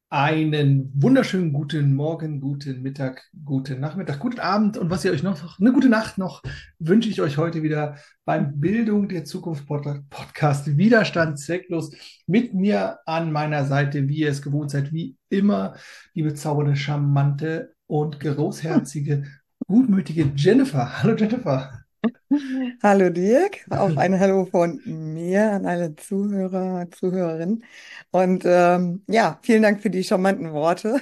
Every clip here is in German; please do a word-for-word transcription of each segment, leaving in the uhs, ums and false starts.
Einen wunderschönen guten Morgen, guten Mittag, guten Nachmittag, guten Abend und was ihr euch noch, eine gute Nacht noch, wünsche ich euch heute wieder beim Bildung der Zukunft Pod- Podcast Widerstand zwecklos mit mir an meiner Seite, wie ihr es gewohnt seid, wie immer, die bezaubernde, charmante und großherzige, gutmütige Jennifer. Hallo Jennifer. Hallo Dirk, auch ein Hallo von mir an alle Zuhörer, Zuhörerinnen. Und ähm, ja, vielen Dank für die charmanten Worte.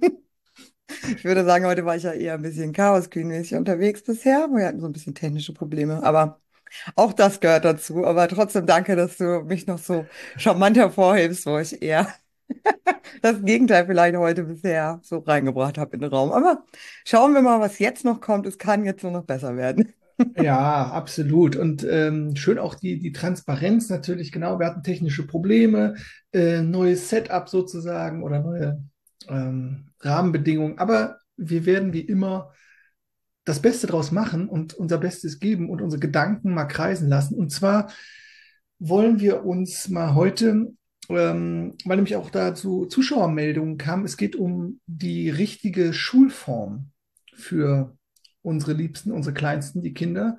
Ich würde sagen, heute war ich ja eher ein bisschen chaoskühnmäßig unterwegs bisher. Wir hatten so ein bisschen technische Probleme, aber auch das gehört dazu. Aber trotzdem danke, dass du mich noch so charmant hervorhebst, wo ich eher das Gegenteil vielleicht heute bisher so reingebracht habe in den Raum. Aber schauen wir mal, was jetzt noch kommt. Es kann jetzt nur noch besser werden. Ja, absolut. Und ähm, schön auch die, die Transparenz natürlich, genau. Wir hatten technische Probleme, äh, neues Setup sozusagen oder neue ähm, Rahmenbedingungen. Aber wir werden wie immer das Beste draus machen und unser Bestes geben und unsere Gedanken mal kreisen lassen. Und zwar wollen wir uns mal heute, ähm, weil nämlich auch dazu Zuschauermeldungen kamen, es geht um die richtige Schulform für unsere Liebsten, unsere Kleinsten, die Kinder.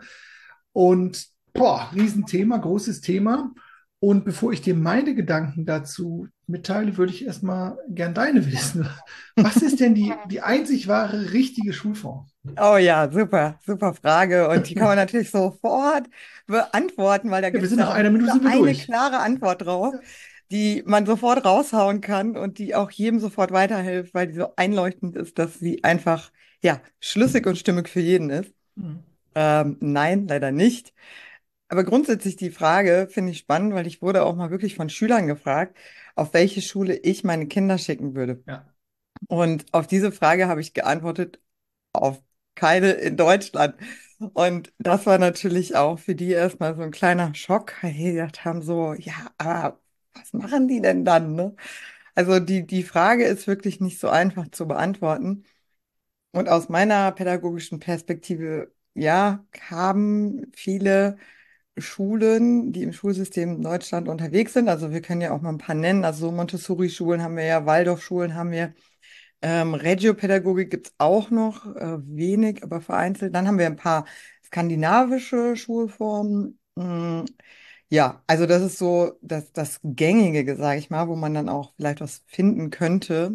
Und boah, Riesenthema, großes Thema. Und bevor ich dir meine Gedanken dazu mitteile, würde ich erstmal gern deine wissen. Was ist denn die, die einzig wahre, richtige Schulform? Oh ja, super, super Frage. Und die kann man natürlich sofort beantworten, weil da Ja, wir gibt es sind nach ja auch einer nur Minute sind wir eine durch. klare Antwort drauf, Ja. die man sofort raushauen kann und die auch jedem sofort weiterhilft, weil die so einleuchtend ist, dass sie einfach, ja, schlüssig und stimmig für jeden ist. Hm. Ähm, nein, leider nicht. Aber grundsätzlich die Frage finde ich spannend, weil ich wurde auch mal wirklich von Schülern gefragt, auf welche Schule ich meine Kinder schicken würde. Ja. Und auf diese Frage habe ich geantwortet, auf keine in Deutschland. Und das war natürlich auch für die erstmal so ein kleiner Schock, weil die gedacht haben so, ja, aber was machen die denn dann, ne? Also die, die Frage ist wirklich nicht so einfach zu beantworten. Und aus meiner pädagogischen Perspektive, ja, haben viele Schulen, die im Schulsystem in Deutschland unterwegs sind, also wir können ja auch mal ein paar nennen, also so Montessori-Schulen haben wir ja, Waldorfschulen haben wir, ähm, Regiopädagogik gibt es auch noch, äh, wenig, aber vereinzelt. Dann haben wir ein paar skandinavische Schulformen. Mm, ja, also das ist so das, das Gängige, sage ich mal, wo man dann auch vielleicht was finden könnte.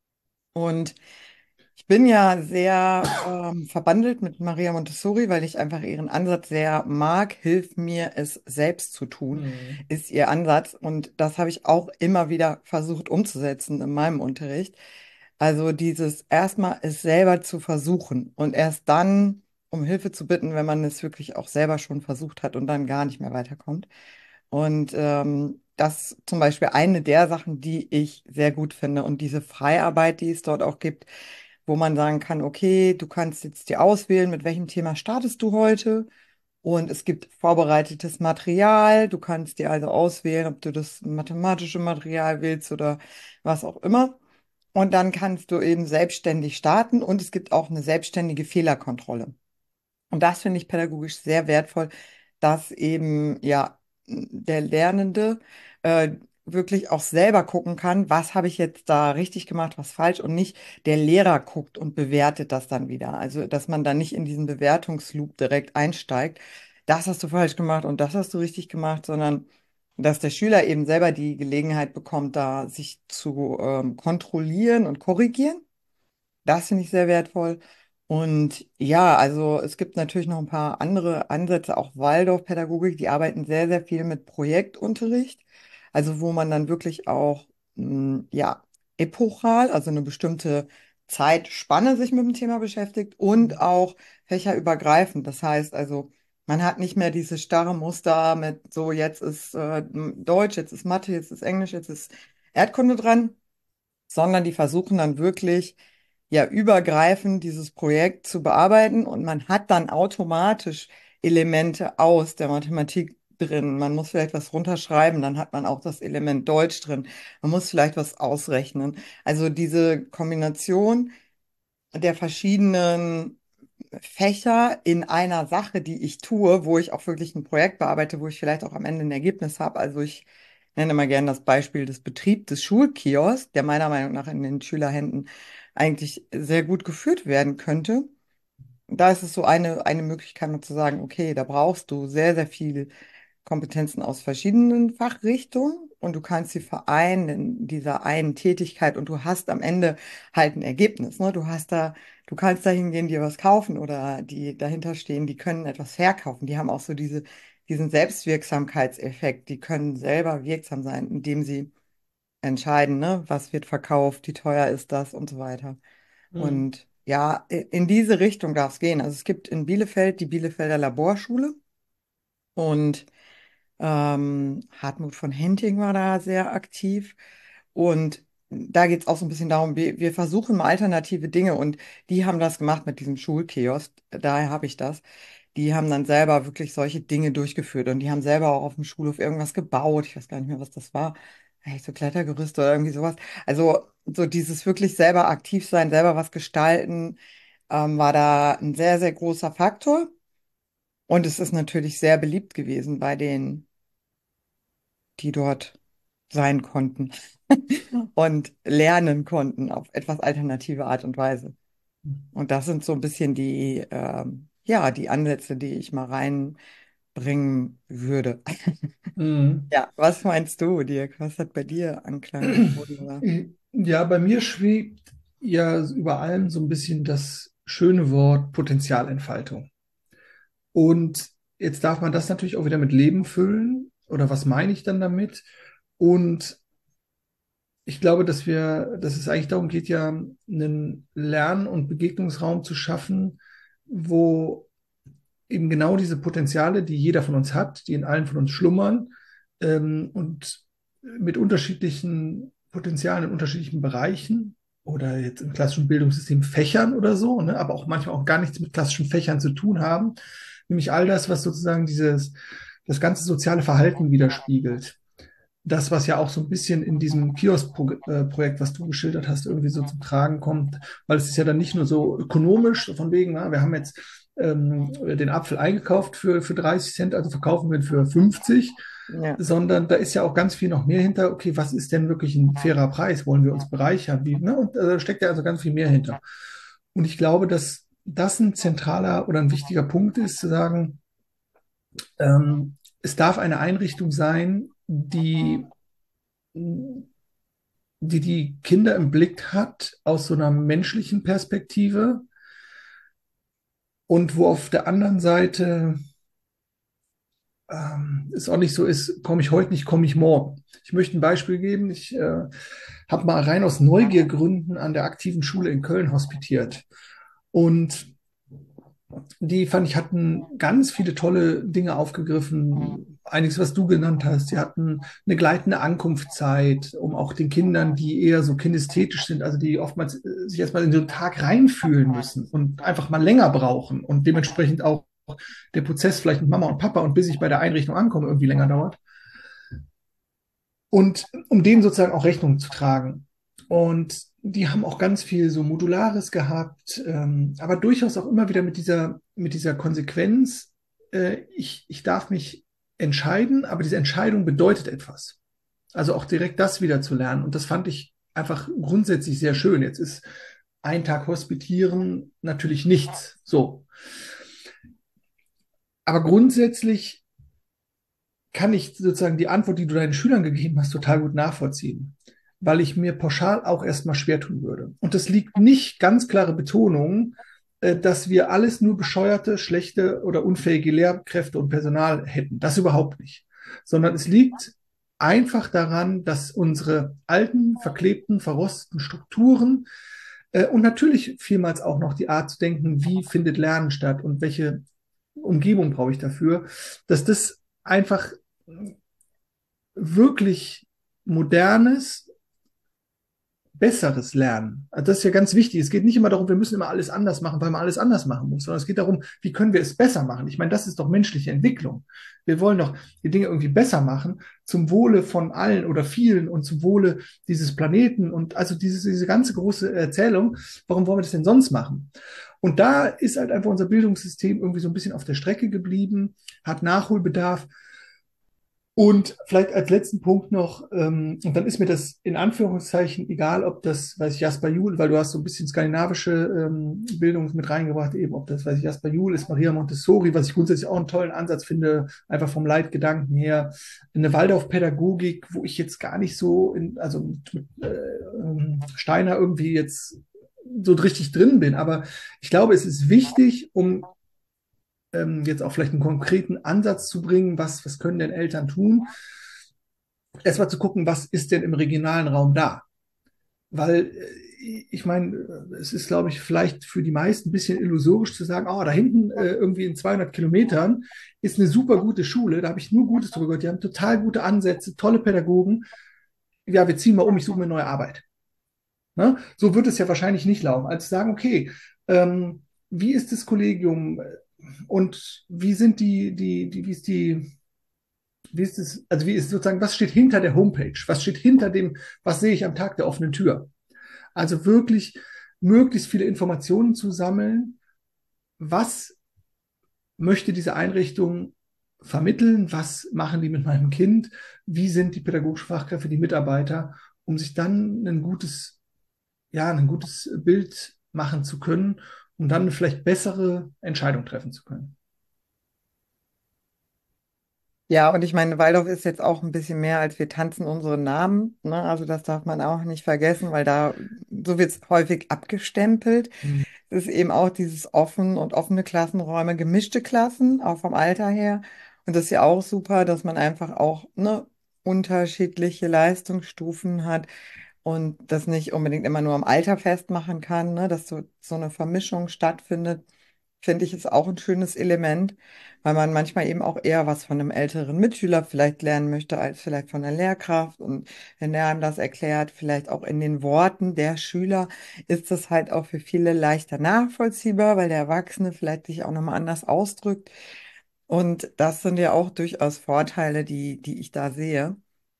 Und ich bin ja sehr ähm, verbandelt mit Maria Montessori, weil ich einfach ihren Ansatz sehr mag. Hilf mir, es selbst zu tun, Hm. ist ihr Ansatz. Und das habe ich auch immer wieder versucht umzusetzen in meinem Unterricht. Also dieses erstmal es selber zu versuchen und erst dann um Hilfe zu bitten, wenn man es wirklich auch selber schon versucht hat und dann gar nicht mehr weiterkommt. Und ähm, das ist zum Beispiel eine der Sachen, die ich sehr gut finde. Und diese Freiarbeit, die es dort auch gibt, wo man sagen kann, okay, du kannst jetzt dir auswählen, mit welchem Thema startest du heute. Und es gibt vorbereitetes Material. Du kannst dir also auswählen, ob du das mathematische Material willst oder was auch immer. Und dann kannst du eben selbstständig starten und es gibt auch eine selbstständige Fehlerkontrolle. Und das finde ich pädagogisch sehr wertvoll, dass eben ja der Lernende äh, wirklich auch selber gucken kann, was habe ich jetzt da richtig gemacht, was falsch und nicht der Lehrer guckt und bewertet das dann wieder. Also, dass man da nicht in diesen Bewertungsloop direkt einsteigt, das hast du falsch gemacht und das hast du richtig gemacht, sondern dass der Schüler eben selber die Gelegenheit bekommt, da sich zu ähm, kontrollieren und korrigieren. Das finde ich sehr wertvoll. Und ja, also es gibt natürlich noch ein paar andere Ansätze, auch Waldorfpädagogik, die arbeiten sehr, sehr viel mit Projektunterricht, also wo man dann wirklich auch, mh, ja, epochal, also eine bestimmte Zeitspanne sich mit dem Thema beschäftigt und auch fächerübergreifend. Das heißt also, man hat nicht mehr dieses starre Muster mit so, jetzt ist äh, Deutsch, jetzt ist Mathe, jetzt ist Englisch, jetzt ist Erdkunde dran, sondern die versuchen dann wirklich ja übergreifend dieses Projekt zu bearbeiten und man hat dann automatisch Elemente aus der Mathematik drin. Man muss vielleicht was runterschreiben, dann hat man auch das Element Deutsch drin. Man muss vielleicht was ausrechnen. Also diese Kombination der verschiedenen Fächer in einer Sache, die ich tue, wo ich auch wirklich ein Projekt bearbeite, wo ich vielleicht auch am Ende ein Ergebnis habe. Also ich nenne mal gerne das Beispiel des Betriebs des Schulkiosks, der meiner Meinung nach in den Schülerhänden eigentlich sehr gut geführt werden könnte. Da ist es so eine, eine Möglichkeit, mal zu sagen, okay, da brauchst du sehr, sehr viel Kompetenzen aus verschiedenen Fachrichtungen und du kannst sie vereinen in dieser einen Tätigkeit und du hast am Ende halt ein Ergebnis, ne? Du hast da, du kannst da hingehen, dir was kaufen oder die dahinter stehen, die können etwas verkaufen. Die haben auch so diese, diesen Selbstwirksamkeitseffekt. Die können selber wirksam sein, indem sie entscheiden, ne? Was wird verkauft, wie teuer ist das und so weiter. Mhm. Und ja, i- in diese Richtung darf es gehen. Also es gibt in Bielefeld die Bielefelder Laborschule und ähm, Hartmut von Henting war da sehr aktiv. Und da geht es auch so ein bisschen darum, wir, wir versuchen mal alternative Dinge. Und die haben das gemacht mit diesem Schulkiosk. Daher habe ich das. Die haben dann selber wirklich solche Dinge durchgeführt. Und die haben selber auch auf dem Schulhof irgendwas gebaut. Ich weiß gar nicht mehr, was das war. Vielleicht so Klettergerüste oder irgendwie sowas. Also so dieses wirklich selber aktiv sein, selber was gestalten, ähm, war da ein sehr, sehr großer Faktor. Und es ist natürlich sehr beliebt gewesen bei den, die dort sein konnten und lernen konnten auf etwas alternative Art und Weise. Und das sind so ein bisschen die, ähm, ja, die Ansätze, die ich mal reinbringen würde. Mhm. Ja, was meinst du, Dirk? Was hat bei dir Anklang gefunden? Oder? Ja, bei mir schwebt ja über allem so ein bisschen das schöne Wort Potenzialentfaltung. Und jetzt darf man das natürlich auch wieder mit Leben füllen. Oder was meine ich dann damit? Und ich glaube, dass wir, dass es eigentlich darum geht, ja, einen Lern- und Begegnungsraum zu schaffen, wo eben genau diese Potenziale, die jeder von uns hat, die in allen von uns schlummern, ähm, und mit unterschiedlichen Potenzialen in unterschiedlichen Bereichen oder jetzt im klassischen Bildungssystem Fächern oder so, ne, aber auch manchmal auch gar nichts mit klassischen Fächern zu tun haben, nämlich all das, was sozusagen dieses, das ganze soziale Verhalten widerspiegelt. Das, was ja auch so ein bisschen in diesem Kiosk-Projekt, was du geschildert hast, irgendwie so zum Tragen kommt, weil es ist ja dann nicht nur so ökonomisch, so von wegen, na, wir haben jetzt ähm, den Apfel eingekauft für, für dreißig Cent, also verkaufen wir ihn für fünfzig, Ja, sondern da ist ja auch ganz viel noch mehr hinter. Okay, was ist denn wirklich ein fairer Preis? Wollen wir uns bereichern? Wie, ne? Und äh, da steckt ja also ganz viel mehr hinter. Und ich glaube, dass das ein zentraler oder ein wichtiger Punkt ist, zu sagen, ähm, es darf eine Einrichtung sein, die die die Kinder im Blick hat aus so einer menschlichen Perspektive und wo auf der anderen Seite ähm, es auch nicht so ist, komme ich heute nicht, komme ich morgen. Ich möchte ein Beispiel geben. Ich äh, habe mal rein aus Neugiergründen an der aktiven Schule in Köln hospitiert. Und die fand ich hatten ganz viele tolle Dinge aufgegriffen. Einiges, was du genannt hast. Sie hatten eine gleitende Ankunftszeit, um auch den Kindern, die eher so kinästhetisch sind, also die oftmals äh, sich erstmal in so einen Tag reinfühlen müssen und einfach mal länger brauchen und dementsprechend auch der Prozess vielleicht mit Mama und Papa und bis ich bei der Einrichtung ankomme, irgendwie länger dauert. Und um denen sozusagen auch Rechnung zu tragen. Und die haben auch ganz viel so Modulares gehabt, ähm, aber durchaus auch immer wieder mit dieser, mit dieser Konsequenz, äh, ich, ich darf mich entscheiden, aber diese Entscheidung bedeutet etwas. Also auch direkt das wieder zu lernen. Und das fand ich einfach grundsätzlich sehr schön. Jetzt ist ein Tag Hospitieren natürlich nichts. So. Aber grundsätzlich kann ich sozusagen die Antwort, die du deinen Schülern gegeben hast, total gut nachvollziehen, weil ich mir pauschal auch erstmal schwer tun würde. Und das liegt nicht, ganz klare Betonung, äh, dass wir alles nur bescheuerte, schlechte oder unfähige Lehrkräfte und Personal hätten. Das überhaupt nicht. Sondern es liegt einfach daran, dass unsere alten, verklebten, verrosteten Strukturen äh, und natürlich vielmals auch noch die Art zu denken, wie findet Lernen statt und welche Umgebung brauche ich dafür, dass das einfach wirklich modernes, besseres Lernen. Also das ist ja ganz wichtig. Es geht nicht immer darum, wir müssen immer alles anders machen, weil man alles anders machen muss, sondern es geht darum, wie können wir es besser machen. Ich meine, das ist doch menschliche Entwicklung. Wir wollen doch die Dinge irgendwie besser machen, zum Wohle von allen oder vielen und zum Wohle dieses Planeten und also dieses, diese ganze große Erzählung. Warum wollen wir das denn sonst machen? Und da ist halt einfach unser Bildungssystem irgendwie so ein bisschen auf der Strecke geblieben, hat Nachholbedarf. Und vielleicht als letzten Punkt noch, ähm, und dann ist mir das in Anführungszeichen egal, ob das, weiß ich, Jasper Juhl, weil du hast so ein bisschen skandinavische ähm, Bildung mit reingebracht, eben, ob das, weiß ich, Jasper Juhl ist, Maria Montessori, was ich grundsätzlich auch einen tollen Ansatz finde, einfach vom Leitgedanken her, eine Waldorfpädagogik, wo ich jetzt gar nicht so, in, also mit, mit äh, ähm, Steiner irgendwie jetzt so richtig drin bin, aber ich glaube, es ist wichtig, um ähm, jetzt auch vielleicht einen konkreten Ansatz zu bringen, was, was können denn Eltern tun, erstmal zu gucken, was ist denn im regionalen Raum da? Weil äh, ich meine, äh, es ist, glaube ich, vielleicht für die meisten ein bisschen illusorisch zu sagen, oh, da hinten äh, irgendwie in zweihundert Kilometern ist eine super gute Schule, da habe ich nur Gutes drüber gehört, die haben total gute Ansätze, tolle Pädagogen. Ja, wir ziehen mal um, ich suche mir neue Arbeit. Ne? So wird es ja wahrscheinlich nicht laufen, als zu sagen, okay, ähm, wie ist das Kollegium und wie sind die, die, die, wie ist die, wie ist es, also wie ist sozusagen, was steht hinter der Homepage? Was steht hinter dem, was sehe ich am Tag der offenen Tür? Also wirklich möglichst viele Informationen zu sammeln. Was möchte diese Einrichtung vermitteln? Was machen die mit meinem Kind? Wie sind die pädagogischen Fachkräfte, die Mitarbeiter, um sich dann ein gutes, ja, ein gutes Bild machen zu können, um dann vielleicht bessere Entscheidungen treffen zu können. Ja, und ich meine, Waldorf ist jetzt auch ein bisschen mehr als wir tanzen unsere Namen, ne? Also das darf man auch nicht vergessen, weil da, so wird es häufig abgestempelt. Mhm. Es ist eben auch dieses offen und offene Klassenräume, gemischte Klassen, auch vom Alter her. Und das ist ja auch super, dass man einfach auch, ne, unterschiedliche Leistungsstufen hat und das nicht unbedingt immer nur am Alter festmachen kann, ne, dass so, so eine Vermischung stattfindet, finde ich, ist auch ein schönes Element, weil man manchmal eben auch eher was von einem älteren Mitschüler vielleicht lernen möchte, als vielleicht von der Lehrkraft. Und wenn der einem das erklärt, vielleicht auch in den Worten der Schüler, ist das halt auch für viele leichter nachvollziehbar, weil der Erwachsene vielleicht sich auch nochmal anders ausdrückt. Und das sind ja auch durchaus Vorteile, die, die ich da sehe.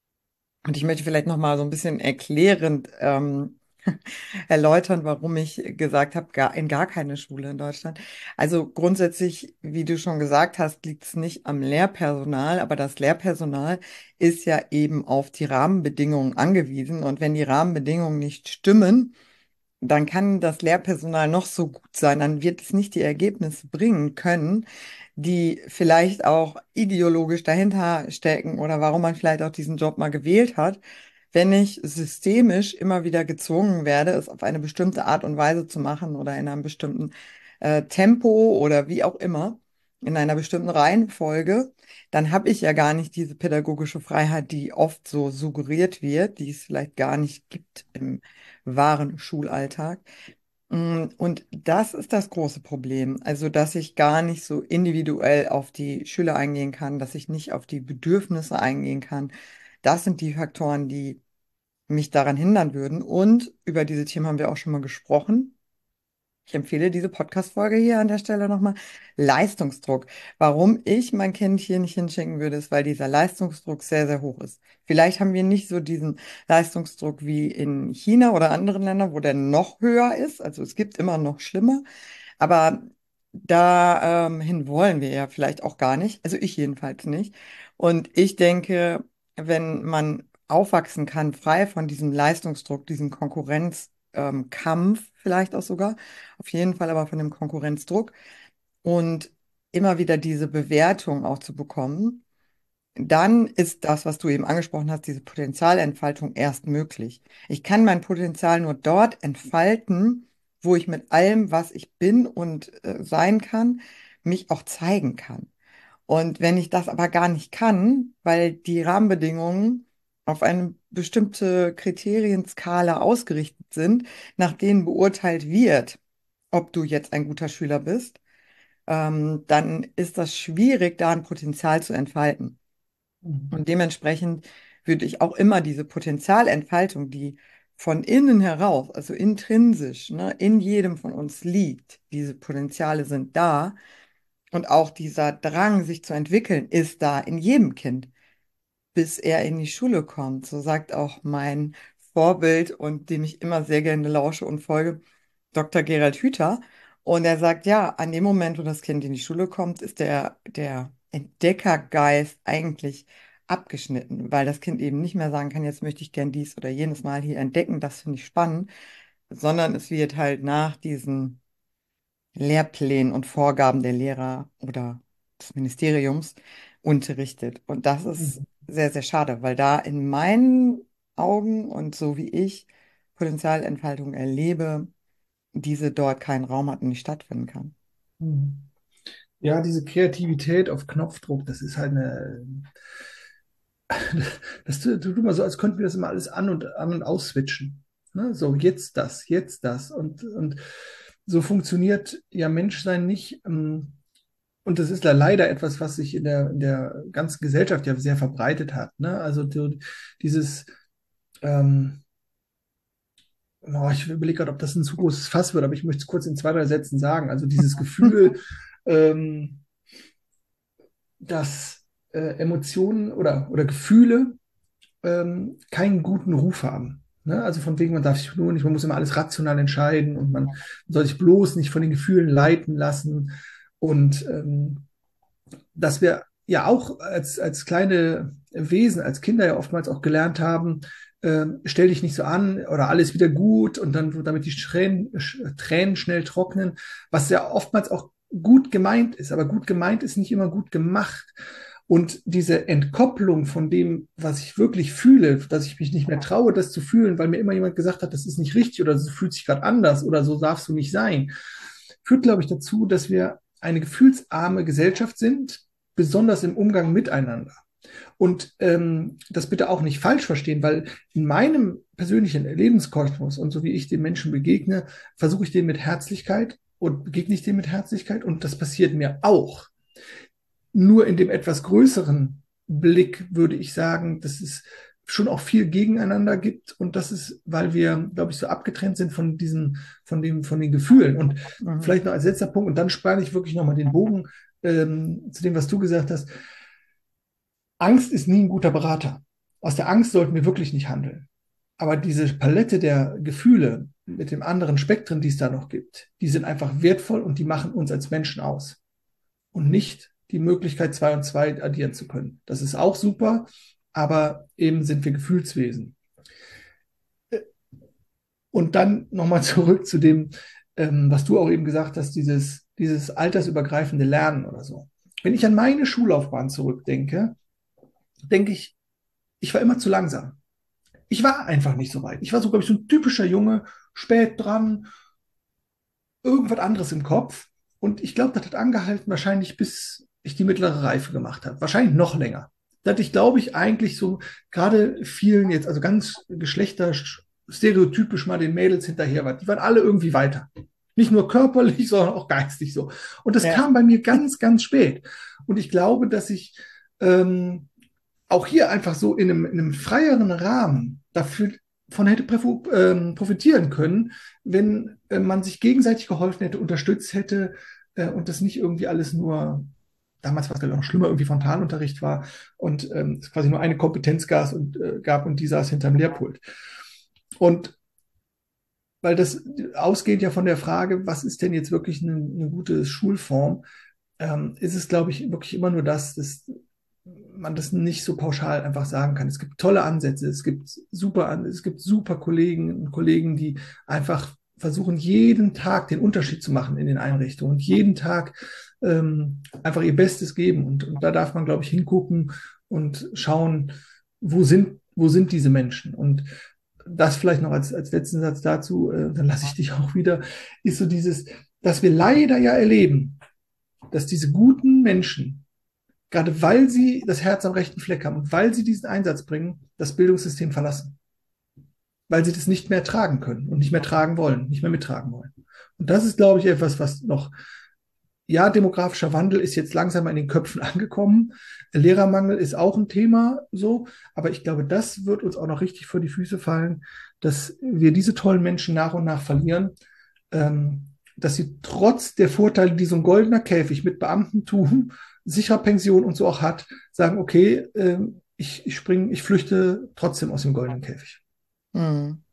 Und ich möchte vielleicht noch mal so ein bisschen erklärend ähm, erläutern, warum ich gesagt habe, gar, in gar keine Schule in Deutschland. Also grundsätzlich, wie du schon gesagt hast, liegt es nicht am Lehrpersonal, aber das Lehrpersonal ist ja eben auf die Rahmenbedingungen angewiesen. Und wenn die Rahmenbedingungen nicht stimmen, dann kann das Lehrpersonal noch so gut sein, dann wird es nicht die Ergebnisse bringen können, die vielleicht auch ideologisch dahinter stecken oder warum man vielleicht auch diesen Job mal gewählt hat, wenn ich systemisch immer wieder gezwungen werde, es auf eine bestimmte Art und Weise zu machen oder in einem bestimmten äh, Tempo oder wie auch immer, in einer bestimmten Reihenfolge, dann habe ich ja gar nicht diese pädagogische Freiheit, die oft so suggeriert wird, die es vielleicht gar nicht gibt im wahren Schulalltag. Mm, Und das ist das große Problem. Also, dass ich gar nicht so individuell auf die Schüler eingehen kann, dass ich nicht auf die Bedürfnisse eingehen kann. Das sind die Faktoren, die mich daran hindern würden. Und über diese Themen haben wir auch schon mal gesprochen. Ich empfehle diese Podcast-Folge hier an der Stelle nochmal. Leistungsdruck. Warum ich mein Kind hier nicht hinschicken würde, ist, weil dieser Leistungsdruck sehr, sehr hoch ist. Vielleicht haben wir nicht so diesen Leistungsdruck wie in China oder anderen Ländern, wo der noch höher ist. Also es gibt immer noch schlimmer. Aber dahin wollen wir ja vielleicht auch gar nicht. Also ich jedenfalls nicht. Und ich denke, wenn man aufwachsen kann, frei von diesem Leistungsdruck, diesem Konkurrenzkampf, ähm, Kampf vielleicht auch sogar, auf jeden Fall aber von dem Konkurrenzdruck und immer wieder diese Bewertung auch zu bekommen, dann ist das, was du eben angesprochen hast, diese Potenzialentfaltung erst möglich. Ich kann mein Potenzial nur dort entfalten, wo ich mit allem, was ich bin und äh, sein kann, mich auch zeigen kann. Und wenn ich das aber gar nicht kann, weil die Rahmenbedingungen auf eine bestimmte Kriterienskala ausgerichtet sind, nach denen beurteilt wird, ob du jetzt ein guter Schüler bist, ähm, dann ist das schwierig, da ein Potenzial zu entfalten. Und dementsprechend würde ich auch immer diese Potenzialentfaltung, die von innen heraus, also intrinsisch, ne, in jedem von uns liegt, diese Potenziale sind da und auch dieser Drang, sich zu entwickeln, ist da in jedem Kind, bis er in die Schule kommt. So sagt auch mein Vorbild und dem ich immer sehr gerne lausche und folge, Doktor Gerald Hüther. Und er sagt, ja, an dem Moment, wo das Kind in die Schule kommt, ist der, der Entdeckergeist eigentlich abgeschnitten, weil das Kind eben nicht mehr sagen kann, jetzt möchte ich gern dies oder jenes Mal hier entdecken, das finde ich spannend, sondern es wird halt nach diesen Lehrplänen und Vorgaben der Lehrer oder des Ministeriums unterrichtet. Und das ist Mhm. sehr, sehr schade, weil da in meinen Augen und so wie ich Potenzialentfaltung erlebe, diese dort keinen Raum hat und nicht stattfinden kann. Mhm. Ja, diese Kreativität auf Knopfdruck, das ist halt eine, das tut tut immer so, als könnten wir das immer alles an und an und ausswitchen. Ne? So, jetzt das, jetzt das. Und, und so funktioniert ja Menschsein nicht. ähm, Und das ist ja leider etwas, was sich in der, in der ganzen Gesellschaft ja sehr verbreitet hat. Ne? Also die, dieses, ähm, oh, ich überlege gerade, ob das ein zu großes Fass wird, aber ich möchte es kurz in zwei, drei Sätzen sagen. Also dieses Gefühl, ähm, dass äh, Emotionen oder, oder Gefühle ähm, keinen guten Ruf haben. Ne? Also von wegen, man darf sich nur nicht, man muss immer alles rational entscheiden und man soll sich bloß nicht von den Gefühlen leiten lassen. Und ähm, dass wir ja auch als, als kleine Wesen, als Kinder ja oftmals auch gelernt haben, äh, stell dich nicht so an oder alles wieder gut und dann, damit die Tränen, Tränen schnell trocknen, was ja oftmals auch gut gemeint ist, aber gut gemeint ist nicht immer gut gemacht. Und diese Entkopplung von dem, was ich wirklich fühle, dass ich mich nicht mehr traue, das zu fühlen, weil mir immer jemand gesagt hat, das ist nicht richtig oder so fühlt sich gerade anders oder so darfst du nicht sein, führt, glaube ich, dazu, dass wir eine gefühlsarme Gesellschaft sind, besonders im Umgang miteinander. Und ähm, das bitte auch nicht falsch verstehen, weil in meinem persönlichen Lebenskosmos und so wie ich den Menschen begegne, versuche ich den mit Herzlichkeit und begegne ich dem mit Herzlichkeit und das passiert mir auch. Nur in dem etwas größeren Blick würde ich sagen, dass es schon auch viel gegeneinander gibt und das ist, weil wir, glaube ich, so abgetrennt sind von diesen, von dem, von den Gefühlen. Und Mhm. vielleicht noch als letzter Punkt und dann spanne ich wirklich nochmal den Bogen ähm, zu dem, was du gesagt hast. Angst ist nie ein guter Berater. Aus der Angst sollten wir wirklich nicht handeln. Aber diese Palette der Gefühle mit dem anderen Spektren, die es da noch gibt, die sind einfach wertvoll und die machen uns als Menschen aus. Und nicht die Möglichkeit, zwei und zwei addieren zu können. Das ist auch super, aber eben sind wir Gefühlswesen. Und dann nochmal zurück zu dem, ähm, was du auch eben gesagt hast, dieses, dieses altersübergreifende Lernen oder so. Wenn ich an meine Schullaufbahn zurückdenke, denke ich, ich war immer zu langsam. Ich war einfach nicht so weit. Ich war so, glaube ich, so ein typischer Junge, spät dran, irgendwas anderes im Kopf. Und ich glaube, das hat angehalten, wahrscheinlich bis ich die mittlere Reife gemacht habe. Wahrscheinlich noch länger. Da hatte ich, glaube ich, eigentlich so gerade vielen jetzt, also ganz geschlechterstereotypisch mal den Mädels hinterher war. Die waren alle irgendwie weiter. Nicht nur körperlich, sondern auch geistig so. Und das Ja. kam bei mir ganz, ganz spät. Und ich glaube, dass ich ähm, auch hier einfach so in einem, in einem freieren Rahmen dafür von hätte ähm, profitieren können, wenn äh, man sich gegenseitig geholfen hätte, unterstützt hätte äh, und das nicht irgendwie alles nur, damals war es noch schlimmer, irgendwie Frontalunterricht war und ähm, es quasi nur eine Kompetenz gab und, äh, gab und die saß hinterm Lehrpult. Und weil das ausgeht ja von der Frage, was ist denn jetzt wirklich eine, eine gute Schulform, ähm, ist es, glaube ich, wirklich immer nur das, dass man das nicht so pauschal einfach sagen kann. Es gibt tolle Ansätze, es gibt super, es gibt super Kollegen und Kollegen, die einfach versuchen, jeden Tag den Unterschied zu machen in den Einrichtungen und jeden Tag ähm, einfach ihr Bestes geben. Und, und da darf man, glaube ich, hingucken und schauen, wo sind, wo sind diese Menschen? Und das vielleicht noch als, als letzten Satz dazu, äh, dann lasse ich dich auch wieder, ist so dieses, dass wir leider ja erleben, dass diese guten Menschen, gerade weil sie das Herz am rechten Fleck haben und weil sie diesen Einsatz bringen, das Bildungssystem verlassen. Weil sie das nicht mehr tragen können und nicht mehr tragen wollen, nicht mehr mittragen wollen. Und das ist, glaube ich, etwas, was noch, ja, demografischer Wandel ist jetzt langsam in den Köpfen angekommen. Lehrermangel ist auch ein Thema, so. Aber ich glaube, das wird uns auch noch richtig vor die Füße fallen, dass wir diese tollen Menschen nach und nach verlieren, ähm, dass sie trotz der Vorteile, die so ein goldener Käfig mit Beamtentum, sicherer Pension und so auch hat, sagen, okay, äh, ich, ich springe, ich flüchte trotzdem aus dem goldenen Käfig. Hm.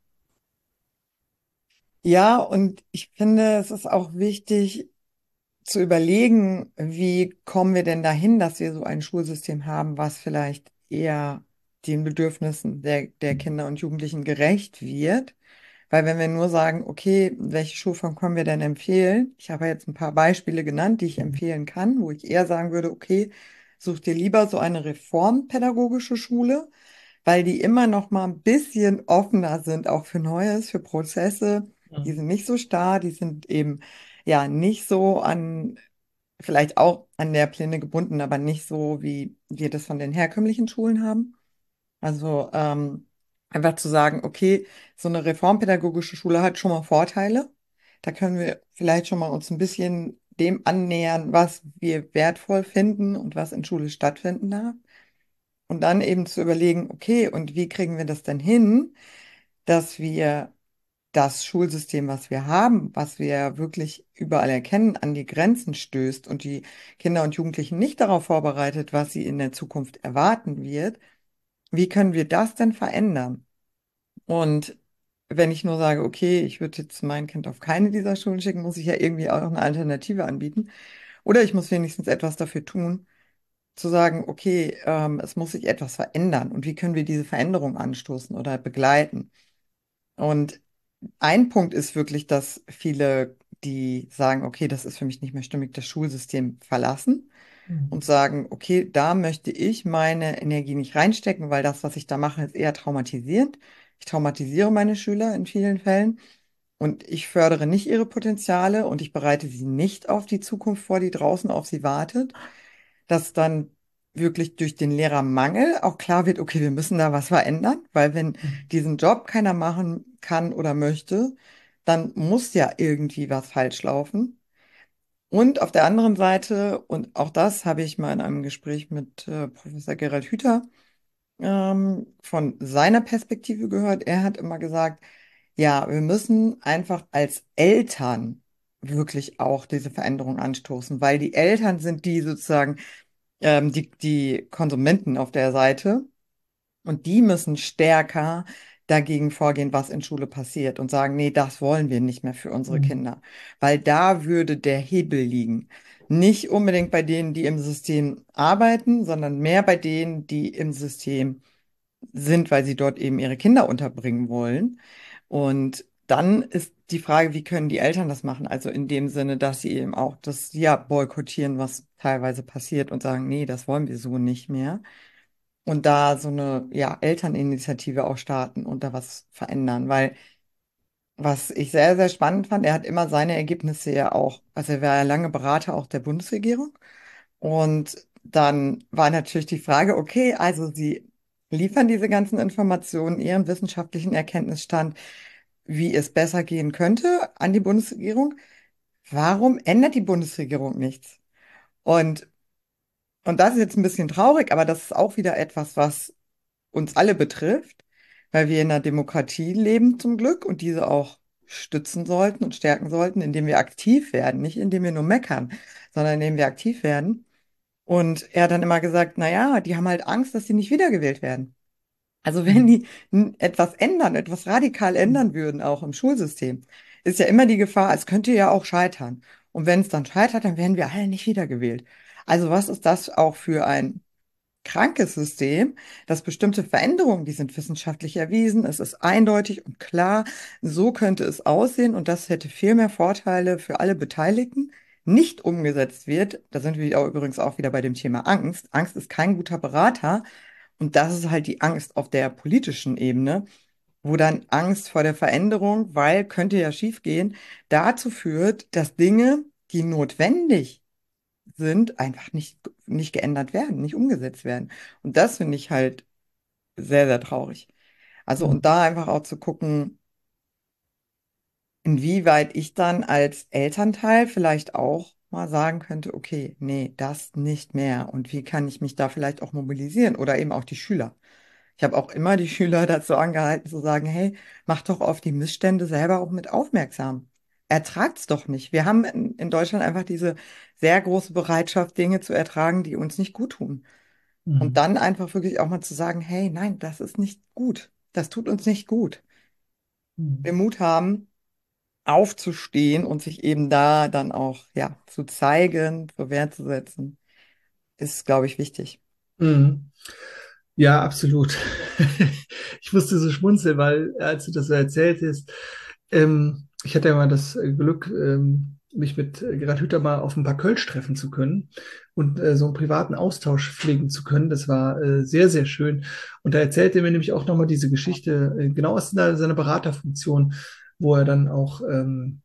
Ja, und ich finde, es ist auch wichtig zu überlegen, wie kommen wir denn dahin, dass wir so ein Schulsystem haben, was vielleicht eher den Bedürfnissen der, der Kinder und Jugendlichen gerecht wird. Weil wenn wir nur sagen, okay, welche Schulform können wir denn empfehlen? Ich habe ja jetzt ein paar Beispiele genannt, die ich empfehlen kann, wo ich eher sagen würde, okay, such dir lieber so eine reformpädagogische Schule, weil die immer noch mal ein bisschen offener sind, auch für Neues, für Prozesse. Die Mhm. sind nicht so starr, die sind eben ja nicht so an, vielleicht auch an Lehrpläne gebunden, aber nicht so, wie wir das von den herkömmlichen Schulen haben. Also ähm, einfach zu sagen, okay, so eine reformpädagogische Schule hat schon mal Vorteile. Da können wir vielleicht schon mal uns ein bisschen dem annähern, was wir wertvoll finden und was in Schule stattfinden darf. Und dann eben zu überlegen, okay, und wie kriegen wir das denn hin, dass wir das Schulsystem, was wir haben, was wir wirklich überall erkennen, an die Grenzen stößt und die Kinder und Jugendlichen nicht darauf vorbereitet, was sie in der Zukunft erwarten wird, wie können wir das denn verändern? Und wenn ich nur sage, okay, ich würde jetzt mein Kind auf keine dieser Schulen schicken, muss ich ja irgendwie auch eine Alternative anbieten. Oder ich muss wenigstens etwas dafür tun, zu sagen, okay, ähm, es muss sich etwas verändern. Und wie können wir diese Veränderung anstoßen oder begleiten? Und ein Punkt ist wirklich, dass viele, die sagen, okay, das ist für mich nicht mehr stimmig, das Schulsystem verlassen und Mhm. sagen, okay, da möchte ich meine Energie nicht reinstecken, weil das, was ich da mache, ist eher traumatisierend. Ich traumatisiere meine Schüler in vielen Fällen und ich fördere nicht ihre Potenziale und ich bereite sie nicht auf die Zukunft vor, die draußen auf sie wartet, dass dann wirklich durch den Lehrermangel auch klar wird, okay, wir müssen da was verändern, weil wenn diesen Job keiner machen kann oder möchte, dann muss ja irgendwie was falsch laufen. Und auf der anderen Seite, und auch das habe ich mal in einem Gespräch mit äh, Professor Gerald Hüther ähm, von seiner Perspektive gehört, er hat immer gesagt, ja, wir müssen einfach als Eltern wirklich auch diese Veränderung anstoßen, weil die Eltern sind die sozusagen ähm, die, die Konsumenten auf der Seite und die müssen stärker dagegen vorgehen, was in Schule passiert und sagen, nee, das wollen wir nicht mehr für unsere Mhm. Kinder, weil da würde der Hebel liegen. Nicht unbedingt bei denen, die im System arbeiten, sondern mehr bei denen, die im System sind, weil sie dort eben ihre Kinder unterbringen wollen. Und dann ist die Frage, wie können die Eltern das machen? Also in dem Sinne, dass sie eben auch das ja boykottieren, was teilweise passiert und sagen, nee, das wollen wir so nicht mehr. Und da so eine ja, Elterninitiative auch starten und da was verändern. Weil was ich sehr, sehr spannend fand, er hat immer seine Ergebnisse ja auch, also er war ja lange Berater auch der Bundesregierung. Und dann war natürlich die Frage, okay, also Sie liefern diese ganzen Informationen, Ihren wissenschaftlichen Erkenntnisstand, wie es besser gehen könnte an die Bundesregierung. Warum ändert die Bundesregierung nichts? Und, und das ist jetzt ein bisschen traurig, aber das ist auch wieder etwas, was uns alle betrifft, weil wir in einer Demokratie leben zum Glück und diese auch stützen sollten und stärken sollten, indem wir aktiv werden, nicht indem wir nur meckern, sondern indem wir aktiv werden. Und er hat dann immer gesagt, na ja, die haben halt Angst, dass sie nicht wiedergewählt werden. Also wenn Mhm. die n- etwas ändern, etwas radikal ändern würden, auch im Schulsystem, ist ja immer die Gefahr, es könnte ja auch scheitern. Und wenn es dann scheitert, dann werden wir alle nicht wiedergewählt. Also was ist das auch für ein krankes System, dass bestimmte Veränderungen, die sind wissenschaftlich erwiesen, es ist eindeutig und klar, so könnte es aussehen und das hätte viel mehr Vorteile für alle Beteiligten, nicht umgesetzt wird. Da sind wir auch übrigens auch wieder bei dem Thema Angst. Angst ist kein guter Berater und das ist halt die Angst auf der politischen Ebene, wo dann Angst vor der Veränderung, weil könnte ja schiefgehen, dazu führt, dass Dinge, die notwendig sind, einfach nicht, nicht geändert werden, nicht umgesetzt werden. Und das finde ich halt sehr, sehr traurig. Also, und Mhm. da einfach auch zu gucken, inwieweit ich dann als Elternteil vielleicht auch mal sagen könnte, okay, nee, das nicht mehr. Und wie kann ich mich da vielleicht auch mobilisieren oder eben auch die Schüler. Ich habe auch immer die Schüler dazu angehalten zu sagen, hey, mach doch auf die Missstände selber auch mit aufmerksam. Ertragt's doch nicht. Wir haben in, in Deutschland einfach diese sehr große Bereitschaft, Dinge zu ertragen, die uns nicht gut tun. Und Mhm. dann einfach wirklich auch mal zu sagen, hey, nein, das ist nicht gut. Das tut uns nicht gut. Wir Mhm. Mut haben, aufzustehen und sich eben da dann auch, ja, zu zeigen, zur Wehr zu setzen, ist, glaube ich, wichtig. Mhm. Ja, absolut. Ich musste so schmunzeln, weil als du das so erzähltest, ähm, ich hatte ja mal das äh, Glück, ähm, mich mit äh, Gerhard Hüther mal auf ein paar Kölsch treffen zu können und äh, so einen privaten Austausch pflegen zu können. Das war äh, sehr, sehr schön. Und da erzählte er mir nämlich auch nochmal diese Geschichte, äh, genau aus seiner, seiner Beraterfunktion, wo er dann auch ähm,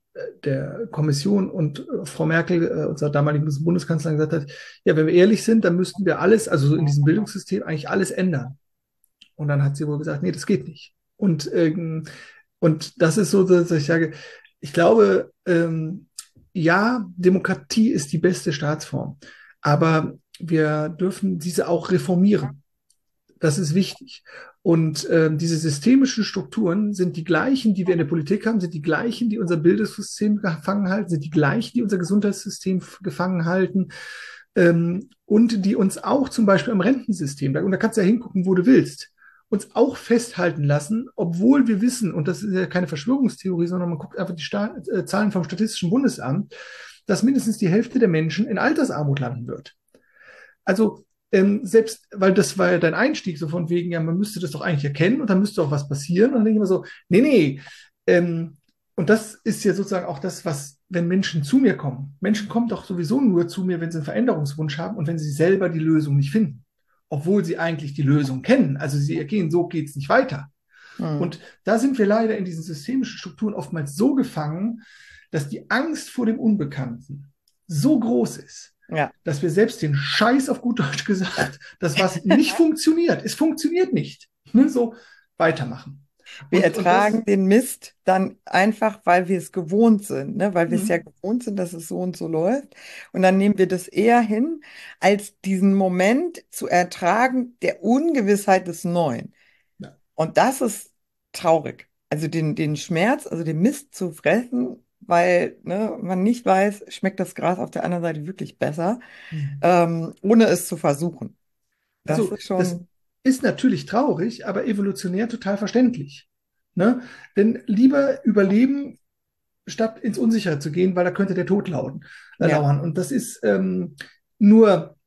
der Kommission und äh, Frau Merkel, äh, unserer damaligen Bundeskanzlerin, gesagt hat, ja, wenn wir ehrlich sind, dann müssten wir alles, also so in diesem Bildungssystem eigentlich alles ändern. Und dann hat sie wohl gesagt, nee, das geht nicht. Und, ähm, und das ist so, dass ich sage, ich glaube, ähm, ja, Demokratie ist die beste Staatsform, aber wir dürfen diese auch reformieren. Das ist wichtig. Und ähm, diese systemischen Strukturen sind die gleichen, die wir in der Politik haben, sind die gleichen, die unser Bildungssystem gefangen halten, sind die gleichen, die unser Gesundheitssystem gefangen halten ähm, und die uns auch zum Beispiel am Rentensystem, und da kannst du ja hingucken, wo du willst, uns auch festhalten lassen, obwohl wir wissen, und das ist ja keine Verschwörungstheorie, sondern man guckt einfach die Sta äh, Zahlen vom Statistischen Bundesamt, dass mindestens die Hälfte der Menschen in Altersarmut landen wird. Also ähm, selbst, weil das war ja dein Einstieg, so von wegen, ja, man müsste das doch eigentlich erkennen und dann müsste auch was passieren. Und dann denke ich mir so, nee, nee. Ähm, und das ist ja sozusagen auch das, was, wenn Menschen zu mir kommen. Menschen kommen doch sowieso nur zu mir, wenn sie einen Veränderungswunsch haben und wenn sie selber die Lösung nicht finden. Obwohl sie eigentlich die Lösung kennen. Also sie ergehen, so geht es nicht weiter. Hm. Und da sind wir leider in diesen systemischen Strukturen oftmals so gefangen, dass die Angst vor dem Unbekannten so groß ist, Ja. dass wir selbst den Scheiß, auf gut Deutsch gesagt, das, was nicht funktioniert, es funktioniert nicht, ne, so weitermachen. Wir Und, und das, ertragen den Mist dann einfach, weil wir es gewohnt sind, ne? Weil wir es ja mh, gewohnt sind, dass es so und so läuft. Und dann nehmen wir das eher hin, als diesen Moment zu ertragen der Ungewissheit des Neuen. ja, Und das ist traurig. Also den, den Schmerz, also den Mist zu fressen, weil ne, man nicht weiß, schmeckt das Gras auf der anderen Seite wirklich besser, mh. ähm, ohne es zu versuchen. Das Also ist das schon, ist natürlich traurig, aber evolutionär total verständlich. Ne? Denn lieber überleben, statt ins Unsichere zu gehen, weil da könnte der Tod lauten, äh, ja, lauern. Und das ist ähm, nur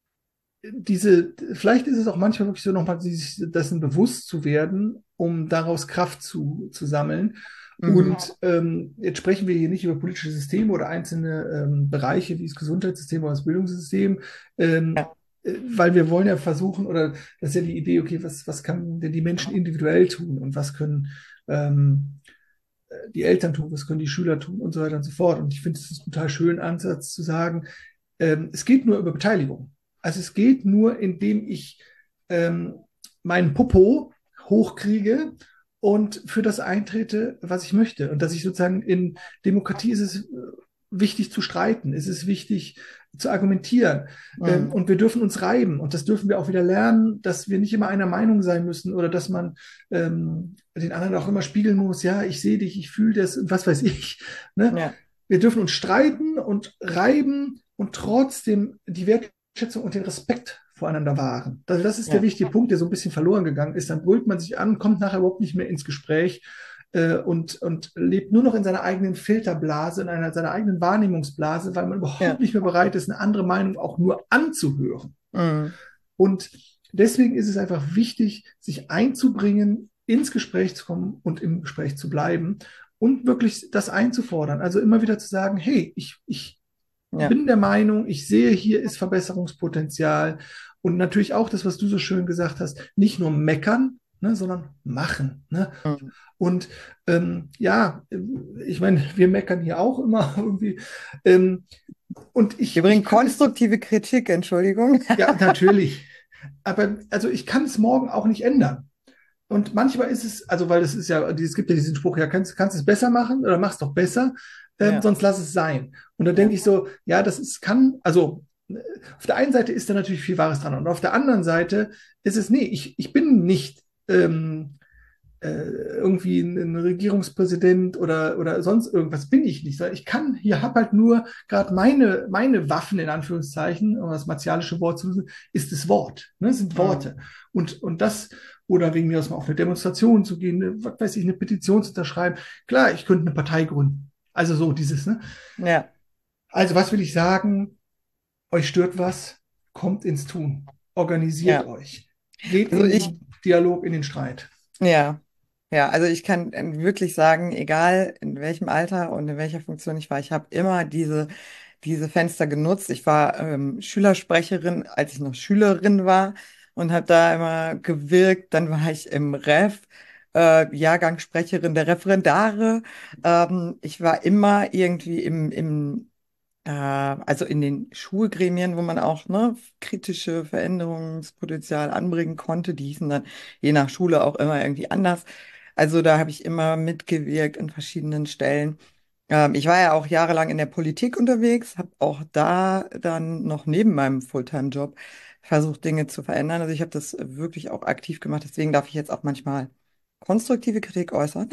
diese, vielleicht ist es auch manchmal wirklich so, nochmal sich dessen bewusst zu werden, um daraus Kraft zu, zu sammeln. mhm. Und ähm, jetzt sprechen wir hier nicht über politische Systeme oder einzelne ähm, Bereiche wie das Gesundheitssystem oder das Bildungssystem, ähm, Ja, äh, weil wir wollen ja versuchen, oder das ist ja die Idee, okay, was, was kann denn die Menschen individuell tun und was können ähm, die Eltern tun, was können die Schüler tun und so weiter und so fort. Und ich finde es ist ein total schönen Ansatz zu sagen, ähm, es geht nur über Beteiligung. Also es geht nur, indem ich ähm, meinen Popo hochkriege und für das eintrete, was ich möchte. Und dass ich sozusagen in Demokratie ist es äh, wichtig zu streiten, es ist wichtig zu argumentieren. Ähm, mhm. und wir dürfen uns reiben. Und das dürfen wir auch wieder lernen, dass wir nicht immer einer Meinung sein müssen oder dass man ähm, den anderen auch immer spiegeln muss, ja, ich sehe dich, ich fühle das und was weiß ich. Ne? Ja, Wir dürfen uns streiten und reiben und trotzdem die Wertschätzung und den Respekt voreinander wahren. Also das ist der ja. wichtige Punkt, der so ein bisschen verloren gegangen ist. Dann brüllt man sich an, kommt nachher überhaupt nicht mehr ins Gespräch äh, und, und lebt nur noch in seiner eigenen Filterblase, in einer, seiner eigenen Wahrnehmungsblase, weil man überhaupt Ja. nicht mehr bereit ist, eine andere Meinung auch nur anzuhören. Mhm. Und deswegen ist es einfach wichtig, sich einzubringen, ins Gespräch zu kommen und im Gespräch zu bleiben und wirklich das einzufordern. Also immer wieder zu sagen, hey, ich, ich Ja. bin der Meinung, ich sehe, hier ist Verbesserungspotenzial. Und natürlich auch das, was du so schön gesagt hast, nicht nur meckern, ne, sondern machen. Ne? Mhm. Und ähm, ja, ich meine, wir meckern hier auch immer irgendwie. Ähm, und Wir ich, bringen ich kann es, konstruktive Kritik, Entschuldigung. ja, natürlich. Aber also ich kann es morgen auch nicht ändern. Und manchmal ist es, also weil es ist ja, es gibt ja diesen Spruch, ja, kannst, kannst du es besser machen oder mach's doch besser, ähm, Ja, sonst lass es sein. Und da ja, denke ich so, ja, das ist, kann, also äh, auf der einen Seite ist da natürlich viel Wahres dran und auf der anderen Seite ist es, nee, ich, ich bin nicht ähm, äh, irgendwie ein, ein Regierungspräsident oder, oder sonst irgendwas, bin ich nicht. Ich kann, hier habe halt nur gerade meine, meine Waffen, in Anführungszeichen, um das martialische Wort zu nutzen, ist das Wort, ne, sind mhm. Worte. Und, und das, oder wegen mir aus mal auf eine Demonstration zu gehen, eine, was weiß ich, eine Petition zu unterschreiben. Klar, ich könnte eine Partei gründen. Also so dieses, ne? Ja, Also was will ich sagen? Euch stört was? Kommt ins Tun. Organisiert ja, euch. Geht Also in ich, den Dialog, in den Streit. ja, ja, also ich kann äh, wirklich sagen, egal in welchem Alter und in welcher Funktion ich war, ich habe immer diese, diese Fenster genutzt. Ich war ähm, Schülersprecherin, als ich noch Schülerin war und habe da immer gewirkt. Dann war ich im Ref, äh, Jahrgangssprecherin der Referendare. Ähm, ich war immer irgendwie im, im äh, also in den Schulgremien, wo man auch ne, kritische Veränderungspotenzial anbringen konnte. Die hießen dann je nach Schule auch immer irgendwie anders. Also da habe ich immer mitgewirkt an verschiedenen Stellen. Ähm, ich war ja auch jahrelang in der Politik unterwegs, habe auch da dann noch neben meinem Fulltime-Job versucht, Dinge zu verändern. Also ich habe das wirklich auch aktiv gemacht. Deswegen darf ich jetzt auch manchmal konstruktive Kritik äußern.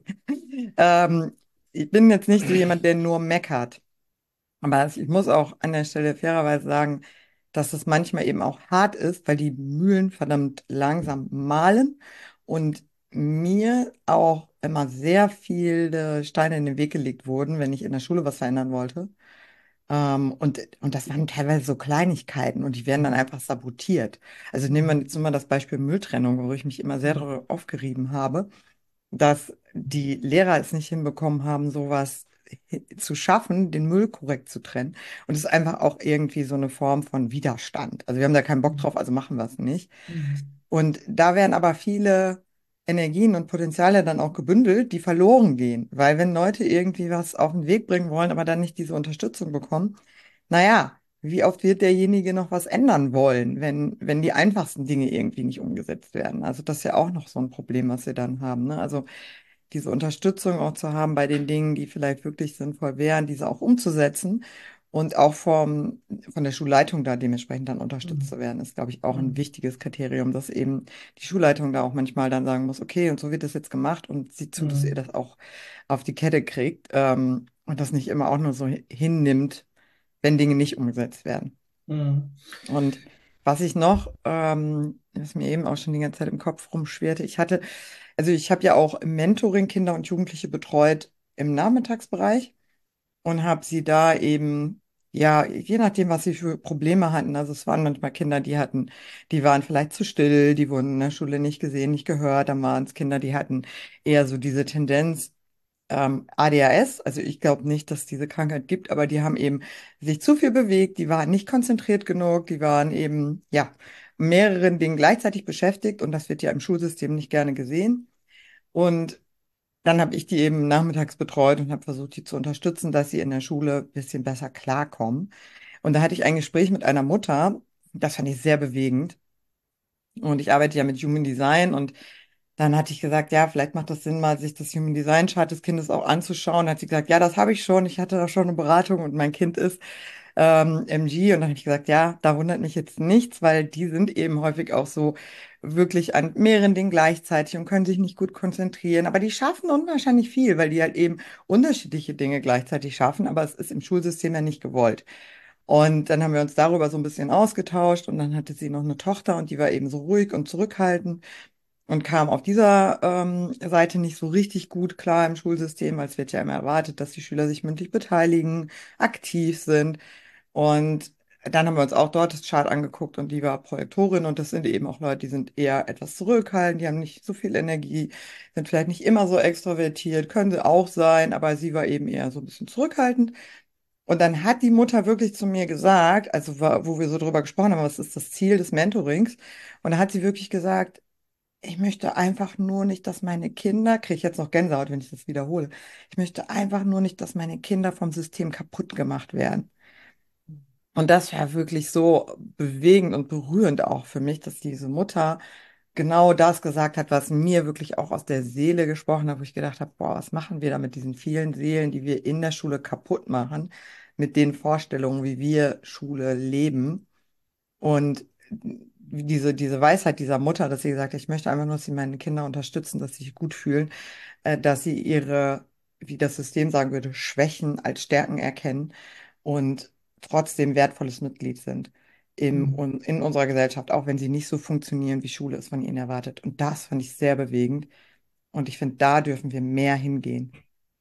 Ähm, ich bin jetzt nicht so jemand, der nur meckert. Aber ich muss auch an der Stelle fairerweise sagen, dass es manchmal eben auch hart ist, weil die Mühlen verdammt langsam mahlen und mir auch immer sehr viele Steine in den Weg gelegt wurden, wenn ich in der Schule was verändern wollte. Ähm, und, und das waren teilweise so Kleinigkeiten und die werden dann einfach sabotiert. Also nehmen wir jetzt nur mal das Beispiel Mülltrennung, wo ich mich immer sehr darüber aufgerieben habe, dass die Lehrer es nicht hinbekommen haben, sowas hi- zu schaffen, den Müll korrekt zu trennen. Und es ist einfach auch irgendwie so eine Form von Widerstand. Also wir haben da keinen Bock drauf, also machen wir es nicht. Und da werden aber viele Energien und Potenziale dann auch gebündelt, die verloren gehen. Weil wenn Leute irgendwie was auf den Weg bringen wollen, aber dann nicht diese Unterstützung bekommen, naja, wie oft wird derjenige noch was ändern wollen, wenn, wenn die einfachsten Dinge irgendwie nicht umgesetzt werden? Also das ist ja auch noch so ein Problem, was wir dann haben, ne? Also diese Unterstützung auch zu haben bei den Dingen, die vielleicht wirklich sinnvoll wären, diese auch umzusetzen und auch vom, von der Schulleitung da dementsprechend dann unterstützt zu werden, ist, glaube ich, auch ein wichtiges Kriterium, dass eben die Schulleitung da auch manchmal dann sagen muss, okay, und so wird das jetzt gemacht und sieht zu, dass ihr das auch auf die Kette kriegt, ähm, und das nicht immer auch nur so hinnimmt, wenn Dinge nicht umgesetzt werden. Und was ich noch, ähm, was mir eben auch schon die ganze Zeit im Kopf rumschwirrte, ich hatte, also ich habe ja auch im Mentoring Kinder und Jugendliche betreut im Nachmittagsbereich und habe sie da eben, ja, je nachdem, was sie für Probleme hatten, also es waren manchmal Kinder, die hatten, die waren vielleicht zu still, die wurden in der Schule nicht gesehen, nicht gehört, dann waren es Kinder, die hatten eher so diese Tendenz, ähm, A D H S, also ich glaube nicht, dass es diese Krankheit gibt, aber die haben eben sich zu viel bewegt, die waren nicht konzentriert genug, die waren eben, ja, mehreren Dingen gleichzeitig beschäftigt und das wird ja im Schulsystem nicht gerne gesehen. Und dann habe ich die eben nachmittags betreut und habe versucht, die zu unterstützen, dass sie in der Schule ein bisschen besser klarkommen. Und da hatte ich ein Gespräch mit einer Mutter, das fand ich sehr bewegend. Und ich arbeite ja mit Human Design und dann hatte ich gesagt, ja, vielleicht macht das Sinn, mal sich das Human Design Chart des Kindes auch anzuschauen. Dann hat sie gesagt, ja, das habe ich schon. Ich hatte da schon eine Beratung und mein Kind ist ähm, M G. Und dann habe ich gesagt, ja, da wundert mich jetzt nichts, weil die sind eben häufig auch so wirklich an mehreren Dingen gleichzeitig und können sich nicht gut konzentrieren. Aber die schaffen unwahrscheinlich viel, weil die halt eben unterschiedliche Dinge gleichzeitig schaffen. Aber es ist im Schulsystem ja nicht gewollt. Und dann haben wir uns darüber so ein bisschen ausgetauscht und dann hatte sie noch eine Tochter und die war eben so ruhig und zurückhaltend und kam auf dieser ähm, Seite nicht so richtig gut klar im Schulsystem, als wird ja immer erwartet, dass die Schüler sich mündlich beteiligen, aktiv sind. Und dann haben wir uns auch dort das Chart angeguckt und die war Projektorin und das sind eben auch Leute, die sind eher etwas zurückhaltend, die haben nicht so viel Energie, sind vielleicht nicht immer so extrovertiert, können sie auch sein, aber sie war eben eher so ein bisschen zurückhaltend. Und dann hat die Mutter wirklich zu mir gesagt, also wa- wo wir so drüber gesprochen haben, was ist das Ziel des Mentorings? Und da hat sie wirklich gesagt, ich möchte einfach nur nicht, dass meine Kinder, kriege ich jetzt noch Gänsehaut, wenn ich das wiederhole, ich möchte einfach nur nicht, dass meine Kinder vom System kaputt gemacht werden. Und das war wirklich so bewegend und berührend auch für mich, dass diese Mutter genau das gesagt hat, was mir wirklich auch aus der Seele gesprochen hat, wo ich gedacht habe, boah, was machen wir da mit diesen vielen Seelen, die wir in der Schule kaputt machen, mit den Vorstellungen, wie wir Schule leben. Und diese, diese Weisheit dieser Mutter, dass sie gesagt hat, ich möchte einfach nur, dass sie meine Kinder unterstützen, dass sie sich gut fühlen, äh, dass sie ihre, wie das System sagen würde, Schwächen als Stärken erkennen und trotzdem wertvolles Mitglied sind im, und in unserer Gesellschaft, auch wenn sie nicht so funktionieren, wie Schule es von ihnen erwartet. Und das fand ich sehr bewegend. Und ich finde, da dürfen wir mehr hingehen.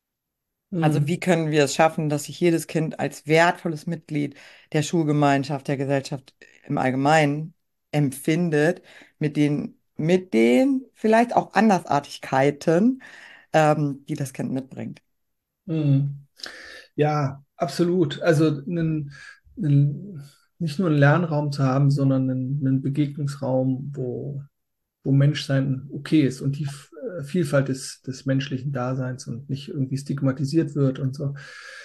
Also wie können wir es schaffen, dass sich jedes Kind als wertvolles Mitglied der Schulgemeinschaft, der Gesellschaft im Allgemeinen empfindet, mit den, mit den vielleicht auch Andersartigkeiten, ähm, die das Kind mitbringt. Mhm. Ja, absolut. Also einen, einen, nicht nur einen Lernraum zu haben, sondern einen, einen Begegnungsraum, wo, wo Menschsein okay ist und die F- äh, Vielfalt des, des menschlichen Daseins und nicht irgendwie stigmatisiert wird und so.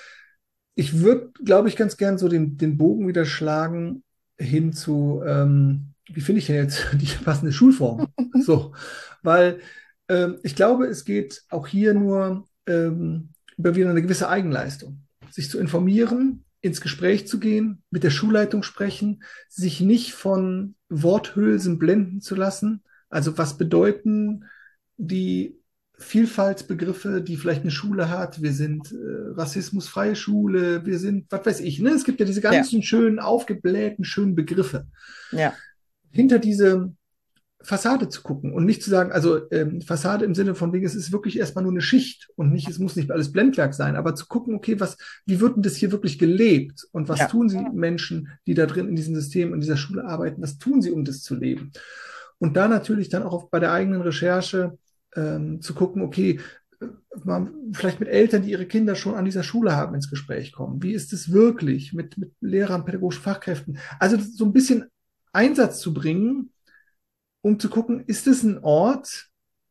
Ich würde, glaube ich, ganz gern so den, den Bogen wieder schlagen hin zu, ähm, wie finde ich denn jetzt die passende Schulform? So, weil ähm, ich glaube, es geht auch hier nur ähm, über wieder eine gewisse Eigenleistung. Sich zu informieren, ins Gespräch zu gehen, mit der Schulleitung sprechen, sich nicht von Worthülsen blenden zu lassen. Also was bedeuten die Vielfaltsbegriffe, die vielleicht eine Schule hat? Wir sind äh, rassismusfreie Schule, wir sind, was weiß ich, ne? Es gibt ja diese Ja, ganzen schönen, aufgeblähten, schönen Begriffe. ja, Hinter diese Fassade zu gucken und nicht zu sagen, also ähm, Fassade im Sinne von wegen, es ist wirklich erstmal nur eine Schicht und nicht, es muss nicht alles Blendwerk sein, aber zu gucken, okay, was, wie wird denn das hier wirklich gelebt und was ja, tun sie Menschen, die da drin in diesem System, in dieser Schule arbeiten, was tun sie, um das zu leben? Und da natürlich dann auch auf, bei der eigenen Recherche ähm, zu gucken, okay, äh, mal vielleicht mit Eltern, die ihre Kinder schon an dieser Schule haben, ins Gespräch kommen. Wie ist es wirklich mit, mit Lehrern, pädagogischen Fachkräften? Also so ein bisschen Einsatz zu bringen, um zu gucken, ist es ein Ort,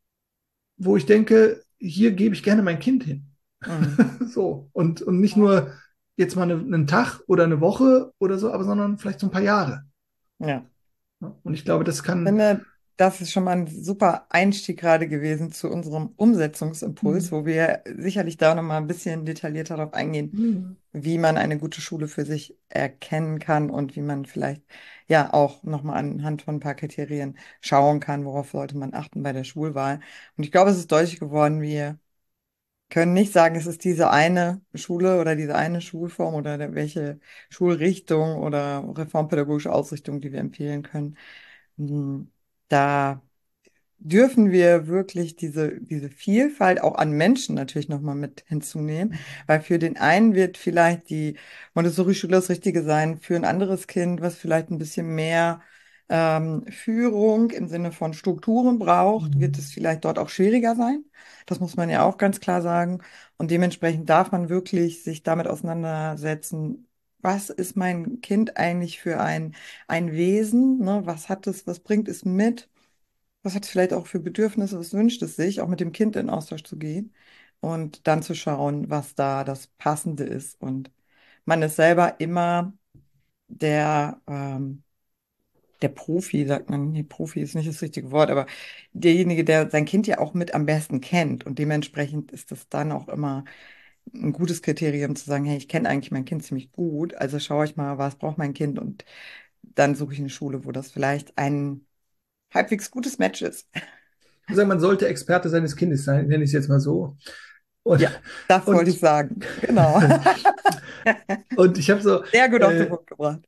wo ich denke, hier gebe ich gerne mein Kind hin. mhm, So. Und, und nicht nur jetzt mal eine, einen Tag oder eine Woche oder so, aber sondern vielleicht so ein paar Jahre. ja. Und ich glaube, das kann. Finde, das ist schon mal ein super Einstieg gerade gewesen zu unserem Umsetzungsimpuls, Hm, wo wir sicherlich da noch mal ein bisschen detaillierter darauf eingehen, hm, wie man eine gute Schule für sich erkennen kann und wie man vielleicht ja auch noch mal anhand von ein paar Kriterien schauen kann, worauf sollte man achten bei der Schulwahl. Und ich glaube, es ist deutlich geworden, wir können nicht sagen, es ist diese eine Schule oder diese eine Schulform oder der, welche Schulrichtung oder reformpädagogische Ausrichtung, die wir empfehlen können. Hm, Da dürfen wir wirklich diese, diese Vielfalt auch an Menschen natürlich nochmal mit hinzunehmen, weil für den einen wird vielleicht die Montessori-Schule das Richtige sein, für ein anderes Kind, was vielleicht ein bisschen mehr ähm, Führung im Sinne von Strukturen braucht, wird es hm. vielleicht dort auch schwieriger sein. Das muss man ja auch ganz klar sagen. Und dementsprechend darf man wirklich sich damit auseinandersetzen. Was ist mein Kind eigentlich für ein, ein Wesen? Ne? Was hat es, was bringt es mit? Was hat es vielleicht auch für Bedürfnisse, was wünscht es sich, auch mit dem Kind in Austausch zu gehen und dann zu schauen, was da das Passende ist. Und man ist selber immer der, ähm, der Profi, sagt man. Nee, Profi ist nicht das richtige Wort, aber derjenige, der sein Kind ja auch mit am besten kennt. Und dementsprechend ist das dann auch immer ein gutes Kriterium zu sagen, hey, ich kenne eigentlich mein Kind ziemlich gut, also schaue ich mal, was braucht mein Kind und dann suche ich eine Schule, wo das vielleicht ein halbwegs gutes Match ist. Ich sage, man sollte Experte seines Kindes sein, nenne ich es jetzt mal so. Und, Ja, das wollte ich und, sagen. Genau. und ich habe so, Sehr gut auf den äh, Punkt gebracht.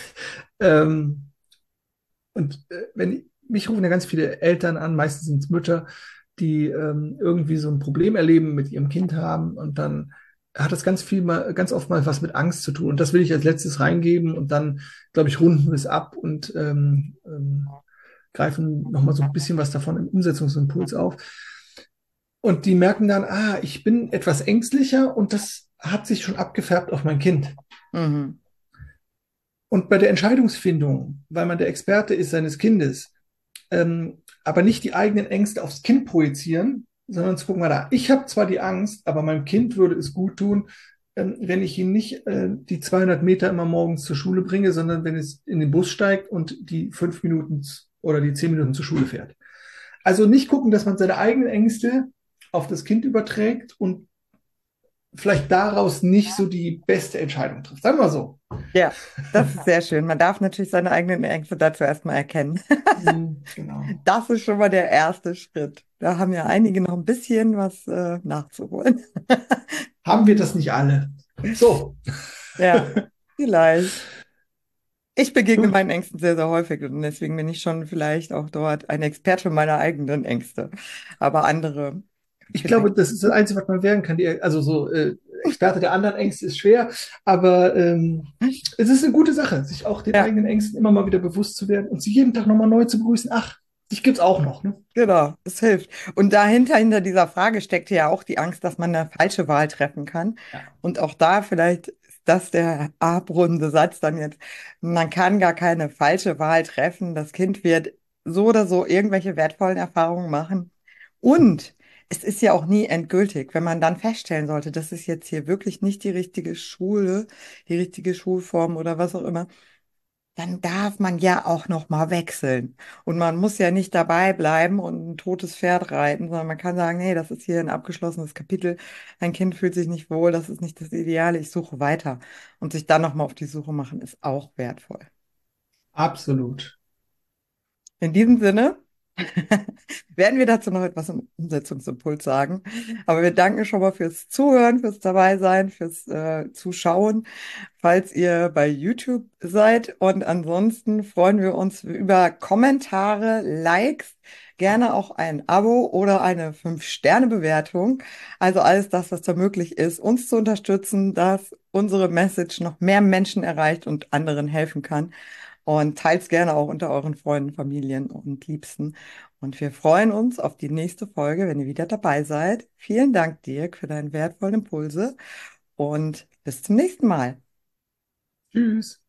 ähm, und äh, wenn mich rufen ja ganz viele Eltern an, meistens sind es Mütter, die ähm, irgendwie so ein Problem erleben, mit ihrem Kind haben und dann hat das ganz viel mal, ganz oft mal was mit Angst zu tun. Und das will ich als letztes reingeben und dann, glaube ich, runden wir es ab und ähm, ähm, greifen nochmal so ein bisschen was davon im Umsetzungsimpuls auf. Und die merken dann, ah, ich bin etwas ängstlicher und das hat sich schon abgefärbt auf mein Kind. Mhm. Und bei der Entscheidungsfindung, weil man der Experte ist seines Kindes, ähm, aber nicht die eigenen Ängste aufs Kind projizieren, sondern zu gucken, mal da, ich habe zwar die Angst, aber meinem Kind würde es gut tun, ähm, wenn ich ihn nicht äh, die zweihundert Meter immer morgens zur Schule bringe, sondern wenn es in den Bus steigt und die fünf Minuten oder die zehn Minuten zur Schule fährt. Also nicht gucken, dass man seine eigenen Ängste auf das Kind überträgt und vielleicht daraus nicht so die beste Entscheidung trifft. Sagen wir mal so. Ja, das ist sehr schön. Man darf natürlich seine eigenen Ängste dazu erstmal erkennen. Mhm, genau. Das ist schon mal der erste Schritt. Da haben ja einige noch ein bisschen was äh, nachzuholen. Haben wir das nicht alle? So. Ja, vielleicht. Ich begegne Gut. meinen Ängsten sehr, sehr häufig und deswegen bin ich schon vielleicht auch dort ein Experte meiner eigenen Ängste. Aber andere Ich vielleicht. glaube, das ist das Einzige, was man werden kann. Die, also so äh, Experte der anderen Ängste ist schwer, aber ähm, es ist eine gute Sache, sich auch den Ja, eigenen Ängsten immer mal wieder bewusst zu werden und sie jeden Tag nochmal neu zu begrüßen. Ach, dich gibt's auch noch, ne? genau, es hilft. Und dahinter, hinter dieser Frage steckt ja auch die Angst, dass man eine falsche Wahl treffen kann. Ja, Und auch da vielleicht ist das der abrundende Satz dann jetzt. Man kann gar keine falsche Wahl treffen. Das Kind wird so oder so irgendwelche wertvollen Erfahrungen machen. Und es ist ja auch nie endgültig, wenn man dann feststellen sollte, das ist jetzt hier wirklich nicht die richtige Schule, die richtige Schulform oder was auch immer, dann darf man ja auch noch mal wechseln. Und man muss ja nicht dabei bleiben und ein totes Pferd reiten, sondern man kann sagen, nee, das ist hier ein abgeschlossenes Kapitel. Ein Kind fühlt sich nicht wohl, das ist nicht das Ideale, ich suche weiter. Und sich dann noch mal auf die Suche machen, ist auch wertvoll. absolut. In diesem Sinne werden wir dazu noch etwas im Umsetzungsimpuls sagen. Aber wir danken schon mal fürs Zuhören, fürs Dabeisein, fürs äh, Zuschauen, falls ihr bei YouTube seid. Und ansonsten freuen wir uns über Kommentare, Likes, gerne auch ein Abo oder eine fünf sterne bewertung. Also alles das, was da möglich ist, uns zu unterstützen, dass unsere Message noch mehr Menschen erreicht und anderen helfen kann. Und teilt es gerne auch unter euren Freunden, Familien und Liebsten. Und wir freuen uns auf die nächste Folge, wenn ihr wieder dabei seid. Vielen Dank, Dirk, für deine wertvollen Impulse und bis zum nächsten Mal. Tschüss.